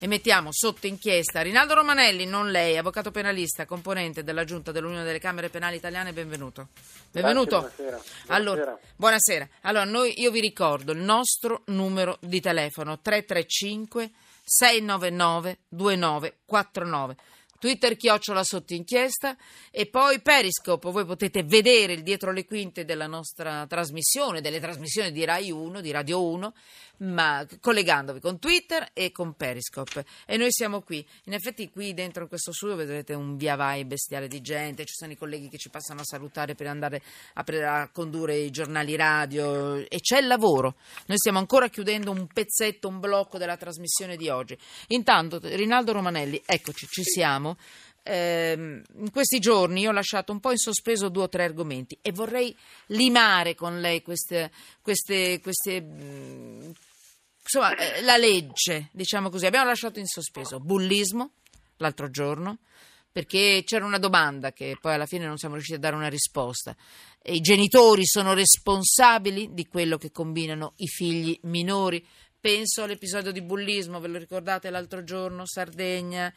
E mettiamo sotto inchiesta Rinaldo Romanelli, non lei, avvocato penalista, componente della Giunta dell'Unione delle Camere Penali Italiane. Benvenuto. Benvenuto. Grazie, buonasera. Allora, buonasera. Allora, io vi ricordo il nostro numero di telefono 335 699 2949. Twitter @ sotto inchiesta e poi Periscope. Voi potete vedere il dietro le quinte della nostra trasmissione, delle trasmissioni di Rai 1, di Radio 1, ma collegandovi con Twitter e con Periscope. E noi siamo qui. In effetti qui dentro in questo studio vedrete un via vai bestiale di gente, ci sono i colleghi che ci passano a salutare per andare a condurre i giornali radio e c'è il lavoro. Noi stiamo ancora chiudendo un pezzetto, un blocco della trasmissione di oggi. Intanto Rinaldo Romanelli, eccoci, ci siamo. In questi giorni io ho lasciato un po' in sospeso 2 o 3 argomenti e vorrei limare con lei queste insomma, la legge, diciamo così. Abbiamo lasciato in sospeso bullismo l'altro giorno perché c'era una domanda che poi alla fine non siamo riusciti a dare una risposta. I genitori sono responsabili di quello che combinano i figli minori? Penso all'episodio di bullismo, ve lo ricordate l'altro giorno, Sardegna,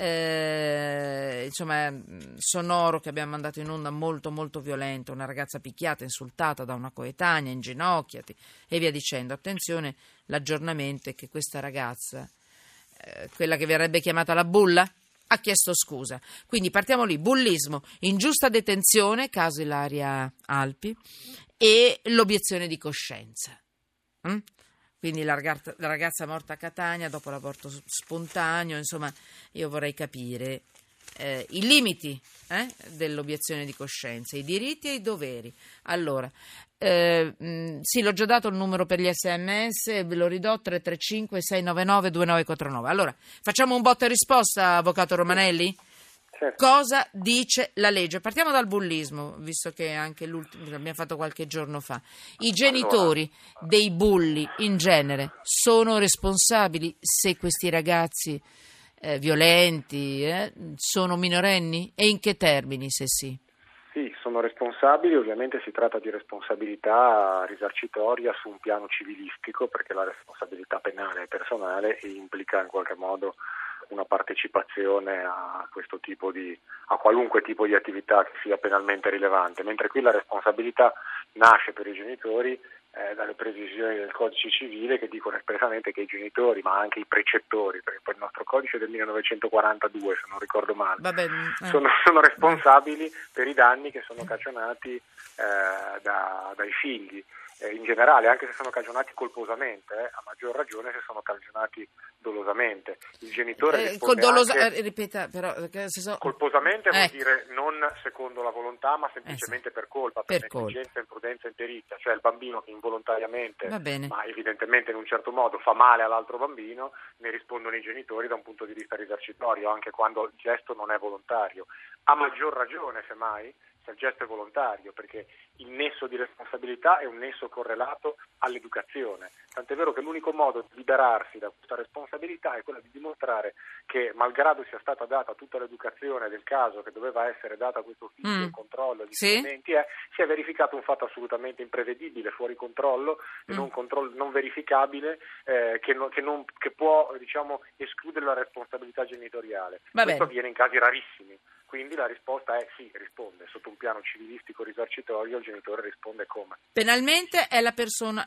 insomma, sonoro che abbiamo mandato in onda, molto molto violento, una ragazza picchiata, insultata da una coetanea, inginocchiati e via dicendo. Attenzione, l'aggiornamento è che questa ragazza, quella che verrebbe chiamata la bulla, ha chiesto scusa. Quindi partiamo lì, bullismo, ingiusta detenzione, caso Ilaria Alpi, e l'obiezione di coscienza. Quindi la ragazza morta a Catania dopo l'aborto spontaneo, insomma, io vorrei capire i limiti dell'obiezione di coscienza, i diritti e i doveri. Allora, sì, l'ho già dato il numero per gli SMS, ve lo ridò, 335 699 2949. Allora, facciamo un botta e risposta, avvocato Romanelli? Certo. Cosa dice la legge? Partiamo dal bullismo, visto che anche l'ultimo l'abbiamo fatto qualche giorno fa. I genitori dei bulli in genere sono responsabili se questi ragazzi violenti sono minorenni? E in che termini, se sì? Sì, sono responsabili, ovviamente si tratta di responsabilità risarcitoria su un piano civilistico, perché la responsabilità penale è personale e implica in qualche modo una partecipazione a questo tipo a qualunque tipo di attività che sia penalmente rilevante, mentre qui la responsabilità nasce per i genitori dalle previsioni del codice civile che dicono espressamente che i genitori, ma anche i precettori, perché poi il nostro codice è del 1942 se non ricordo male, sono responsabili per i danni che sono cagionati dai figli. In generale, anche se sono cagionati colposamente, a maggior ragione se sono cagionati dolosamente. Il genitore risponde anche... ripeta, però, colposamente vuol dire non secondo la volontà, ma semplicemente per colpa, per negligenza, imprudenza, imperizia. Cioè il bambino che involontariamente, ma evidentemente in un certo modo, fa male all'altro bambino, ne rispondono i genitori da un punto di vista risarcitorio, anche quando il gesto non è volontario. A maggior ragione, semmai, se il gesto è volontario, perché il nesso di responsabilità è un nesso correlato all'educazione. Tant'è vero che l'unico modo di liberarsi da questa responsabilità è quello di dimostrare che, malgrado sia stata data tutta l'educazione del caso che doveva essere data a questo figlio, il controllo, gli insegnamenti, si è verificato un fatto assolutamente imprevedibile, fuori controllo, non verificabile, che può, diciamo, escludere la responsabilità genitoriale. Questo avviene in casi rarissimi. Quindi la risposta è sì, risponde. Sotto un piano civilistico risarcitorio il genitore risponde come? Penalmente è la persona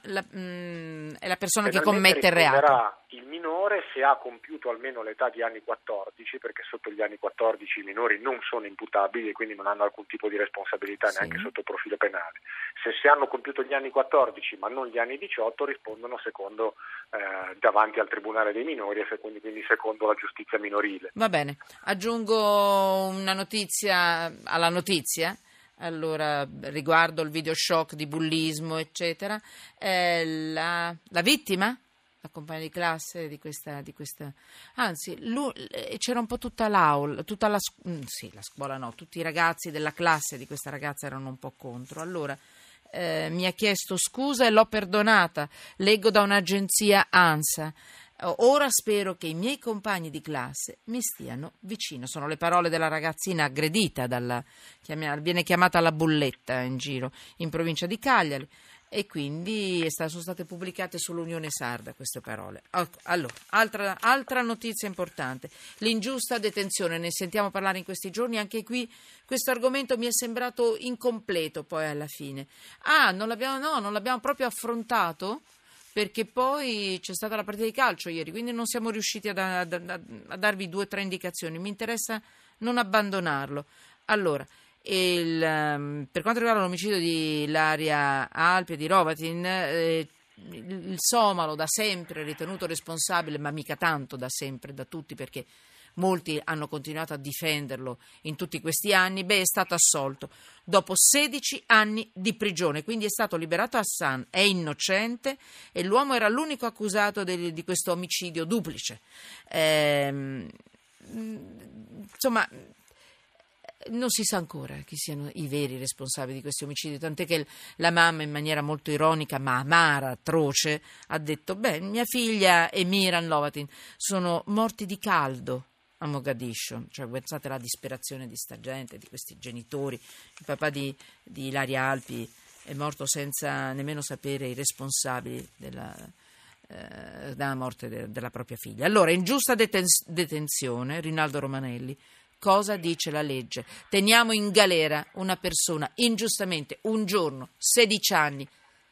che commette il reato. Il minore se ha compiuto almeno l'età di anni 14, perché sotto gli anni 14 i minori non sono imputabili e quindi non hanno alcun tipo di responsabilità neanche sotto il profilo penale. Se hanno compiuto gli anni 14 ma non gli anni 18 rispondono secondo davanti al Tribunale dei minori e quindi secondo la giustizia minorile. Va bene, aggiungo una notizia alla notizia. Allora, riguardo il video shock di bullismo, eccetera, la vittima, la compagna di classe di questa, anzi, c'era un po' tutta l'aula, la scuola no, tutti i ragazzi della classe di questa ragazza erano un po' contro. Allora, mi ha chiesto scusa e l'ho perdonata, leggo da un'agenzia ANSA. Ora spero che i miei compagni di classe mi stiano vicino. Sono le parole della ragazzina aggredita viene chiamata la bulletta in giro in provincia di Cagliari. e quindi sono state pubblicate sull'Unione Sarda queste parole. Allora, altra notizia importante, l'ingiusta detenzione, ne sentiamo parlare in questi giorni, anche qui questo argomento mi è sembrato incompleto poi alla fine. Non l'abbiamo proprio affrontato, perché poi c'è stata la partita di calcio ieri, quindi non siamo riusciti a darvi 2 o 3 indicazioni. Mi interessa non abbandonarlo. Allora, per quanto riguarda l'omicidio di Ilaria Alpi e di Hrovatin, il somalo da sempre ritenuto responsabile, ma mica tanto da sempre, da tutti, perché molti hanno continuato a difenderlo in tutti questi anni, è stato assolto dopo 16 anni di prigione, quindi è stato liberato Hassan, è innocente e l'uomo era l'unico accusato di questo omicidio duplice. Insomma, non si sa ancora chi siano i veri responsabili di questi omicidi, tant'è che la mamma, in maniera molto ironica ma amara, atroce, ha detto: mia figlia e Miran Hrovatin sono morti di caldo a Mogadiscio. Cioè, pensate alla disperazione di sta gente, di questi genitori. Il papà di Ilaria Alpi è morto senza nemmeno sapere i responsabili della morte della propria figlia. Allora, ingiusta detenzione, Rinaldo Romanelli. Cosa dice la legge? Teniamo in galera una persona ingiustamente un giorno, 16 anni.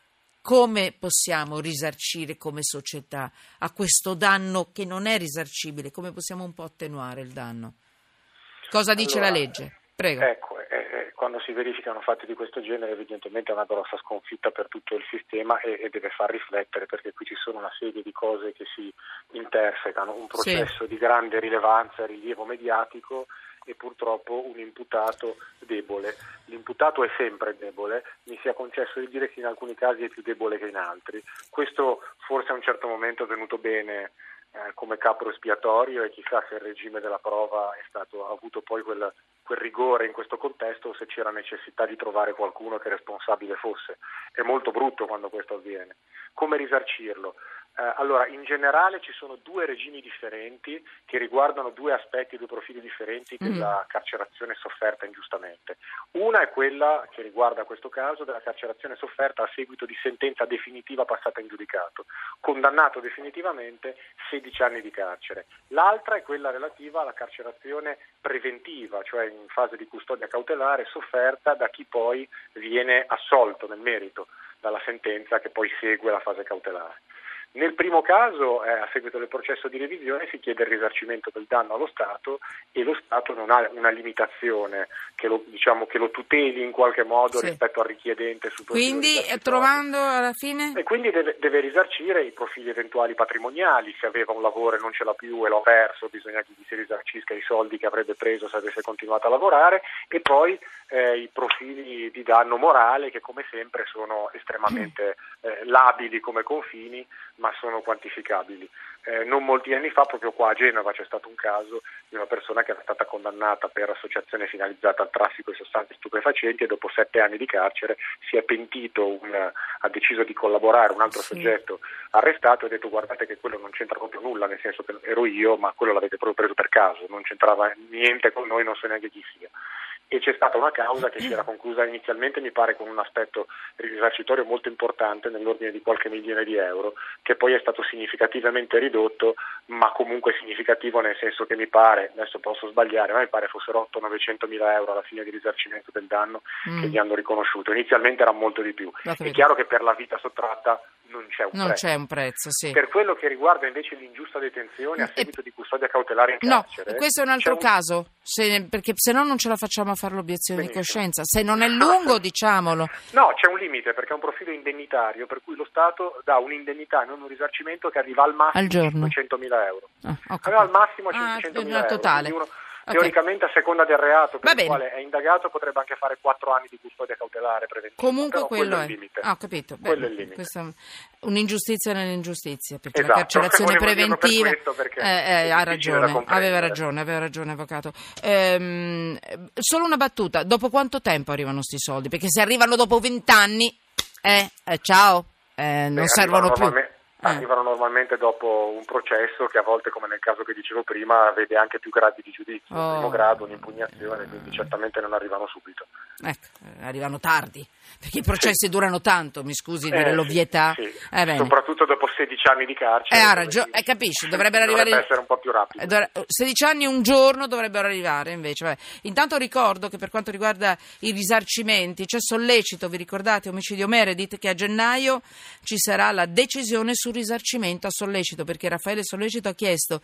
Come possiamo risarcire come società a questo danno che non è risarcibile? Come possiamo un po' attenuare il danno? Cosa dice la legge? Prego. Ecco, quando si verificano fatti di questo genere evidentemente è una grossa sconfitta per tutto il sistema e deve far riflettere, perché qui ci sono una serie di cose che si intersecano, un processo di grande rilevanza e rilievo mediatico e purtroppo un imputato debole. L'imputato è sempre debole, mi sia concesso di dire che in alcuni casi è più debole che in altri. Questo forse a un certo momento è venuto bene come capro espiatorio, e chissà se il regime della prova ha avuto poi quel rigore in questo contesto, o se c'era necessità di trovare qualcuno che responsabile fosse. È molto brutto quando questo avviene. Come risarcirlo? Allora, in generale ci sono 2 regimi differenti che riguardano 2 aspetti, 2 profili differenti della carcerazione sofferta ingiustamente. Una è quella che riguarda questo caso della carcerazione sofferta a seguito di sentenza definitiva passata in giudicato, condannato definitivamente 16 anni di carcere. L'altra è quella relativa alla carcerazione preventiva, cioè in fase di custodia cautelare sofferta da chi poi viene assolto nel merito dalla sentenza che poi segue la fase cautelare. Nel primo caso, a seguito del processo di revisione, si chiede il risarcimento del danno allo Stato, e lo Stato non ha una limitazione che lo tuteli in qualche modo rispetto al richiedente. Quindi, trovando alla fine? E quindi deve risarcire i profili eventuali patrimoniali. Se aveva un lavoro e non ce l'ha più e l'ha perso, bisogna che gli si risarcisca i soldi che avrebbe preso se avesse continuato a lavorare, e poi i profili di danno morale, che come sempre sono estremamente labili come confini, ma sono quantificabili. Non molti anni fa, proprio qua a Genova, c'è stato un caso di una persona che era stata condannata per associazione finalizzata al traffico di sostanze stupefacenti, e dopo 7 anni di carcere si è pentito, ha deciso di collaborare un altro soggetto arrestato, e ha detto: guardate che quello non c'entra proprio nulla, nel senso che ero io, ma quello l'avete proprio preso per caso, non c'entrava niente con noi, non so neanche chi sia. E c'è stata una causa che si era conclusa inizialmente, mi pare, con un aspetto risarcitorio molto importante, nell'ordine di qualche milione di euro, che poi è stato significativamente ridotto, ma comunque significativo, nel senso che mi pare, adesso posso sbagliare, ma mi pare fossero 800-900 mila euro alla fine di risarcimento del danno che gli hanno riconosciuto. Inizialmente era molto di più. È chiaro che per la vita sottratta non c'è un prezzo. Sì. Per quello che riguarda invece l'ingiusta detenzione a seguito di custodia cautelare in carcere... No, questo è un altro caso, perché se no non ce la facciamo a fare l'obiezione di coscienza. Se non è lungo, diciamolo. No, c'è un limite, perché è un profilo indennitario, per cui lo Stato dà un'indennità, non un risarcimento, che arriva al massimo a 500.000 euro. Arriva al massimo a 500.000 euro. Totale. Teoricamente, a seconda del reato per il quale è indagato, potrebbe anche fare 4 anni di custodia cautelare preventiva. Comunque quello è il limite. Ho capito. Quello è il limite. Questa è un'ingiustizia nell'ingiustizia, perché la carcerazione preventiva aveva ragione, avvocato. Solo una battuta: dopo quanto tempo arrivano sti soldi? Perché se arrivano dopo 20 anni, ciao, non servono più. arrivano normalmente dopo un processo che a volte, come nel caso che dicevo prima, vede anche più gradi di giudizio, primo grado, un'impugnazione, quindi certamente non arrivano subito. Ecco, arrivano tardi, perché i processi durano tanto, mi scusi dire l'ovvietà. Sì. Soprattutto dopo 16 anni di carcere. Ha ragione, capisci, dovrebbero arrivare... Dovrebbe essere un po' più rapido. 16 anni un giorno dovrebbero arrivare, invece. Vabbè. Intanto ricordo che per quanto riguarda i risarcimenti c'è sollecito, vi ricordate, omicidio Meredith, che a gennaio ci sarà la decisione sul risarcimento a sollecito, perché Raffaele Sollecito ha chiesto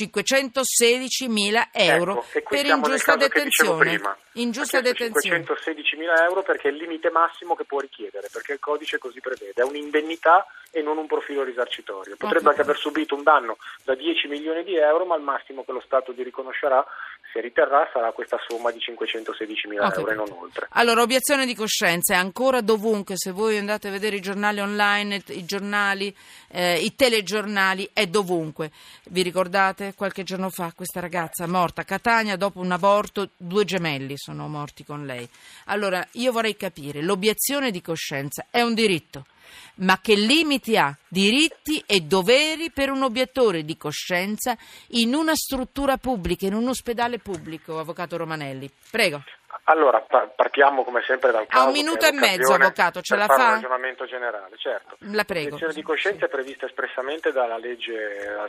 516.000 euro per ingiusta detenzione. Ingiusta detenzione. 516.000 euro perché è il limite massimo che può richiedere, perché il codice così prevede, è un'indennità e non un profilo risarcitorio. Potrebbe anche aver subito un danno da 10 milioni di euro, ma il massimo che lo Stato gli riconoscerà, se riterrà, sarà questa somma di 516.000 euro e non oltre. Allora, obiezione di coscienza è ancora dovunque, se voi andate a vedere i giornali online, i giornali, i telegiornali, è dovunque. Vi ricordate qualche giorno fa questa ragazza morta a Catania dopo un aborto, 2 gemelli sono morti con lei. Allora, io vorrei capire, l'obiezione di coscienza è un diritto, ma che limiti ha diritti e doveri per un obiettore di coscienza in una struttura pubblica, in un ospedale pubblico, avvocato Romanelli? Prego. Allora, partiamo come sempre dal caso. Ha 1 minuto e mezzo, avvocato, ce la fa? Un ragionamento generale, certo. La prego. L'obiezione di coscienza è prevista espressamente dalla legge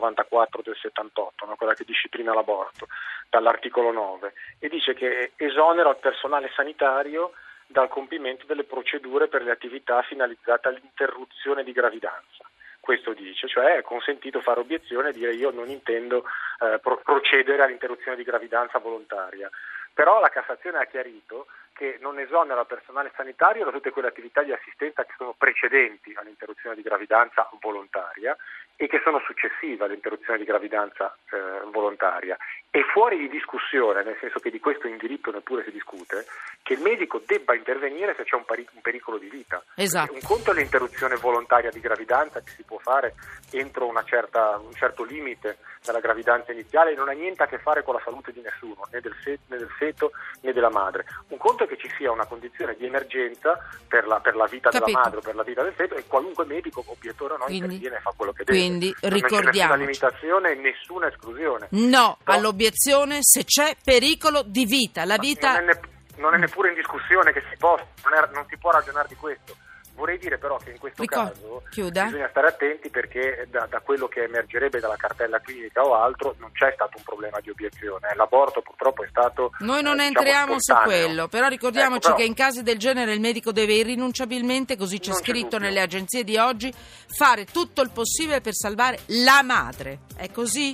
194 del 78, no? Quella che disciplina l'aborto, dall'articolo 9, e dice che esonera il personale sanitario dal compimento delle procedure per le attività finalizzate all'interruzione di gravidanza. Questo dice, cioè è consentito fare obiezione e dire io non intendo procedere all'interruzione di gravidanza volontaria. Però la Cassazione ha chiarito che non esonera il personale sanitario da tutte quelle attività di assistenza che sono precedenti all'interruzione di gravidanza volontaria e che sono successive all'interruzione di gravidanza volontaria. È fuori di discussione, nel senso che di questo in diritto neppure si discute, che il medico debba intervenire se c'è un pericolo di vita. Esatto. Un conto è l'interruzione volontaria di gravidanza che si può fare entro un certo limite dalla gravidanza iniziale e non ha niente a che fare con la salute di nessuno, né del feto né della madre. Un conto è che ci sia una condizione di emergenza per la vita della madre o per la vita del feto e qualunque medico, obiettore o no, interviene e fa quello che deve. Quindi ricordiamoci. Non c'è nessuna limitazione e nessuna esclusione. No, all'obiezione se c'è pericolo di vita. La vita non è neppure in discussione che non si può ragionare di questo. Vorrei dire però che in questo caso bisogna stare attenti perché da quello che emergerebbe dalla cartella clinica o altro non c'è stato un problema di obiezione. L'aborto purtroppo è stato Noi non entriamo su quello, però ricordiamoci che in casi del genere il medico deve irrinunciabilmente, così c'è scritto nelle agenzie di oggi, fare tutto il possibile per salvare la madre. È così?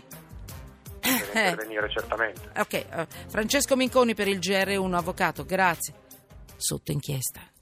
Deve intervenire certamente. Ok, Francesco Minconi per il GR1 avvocato, grazie. Sotto inchiesta.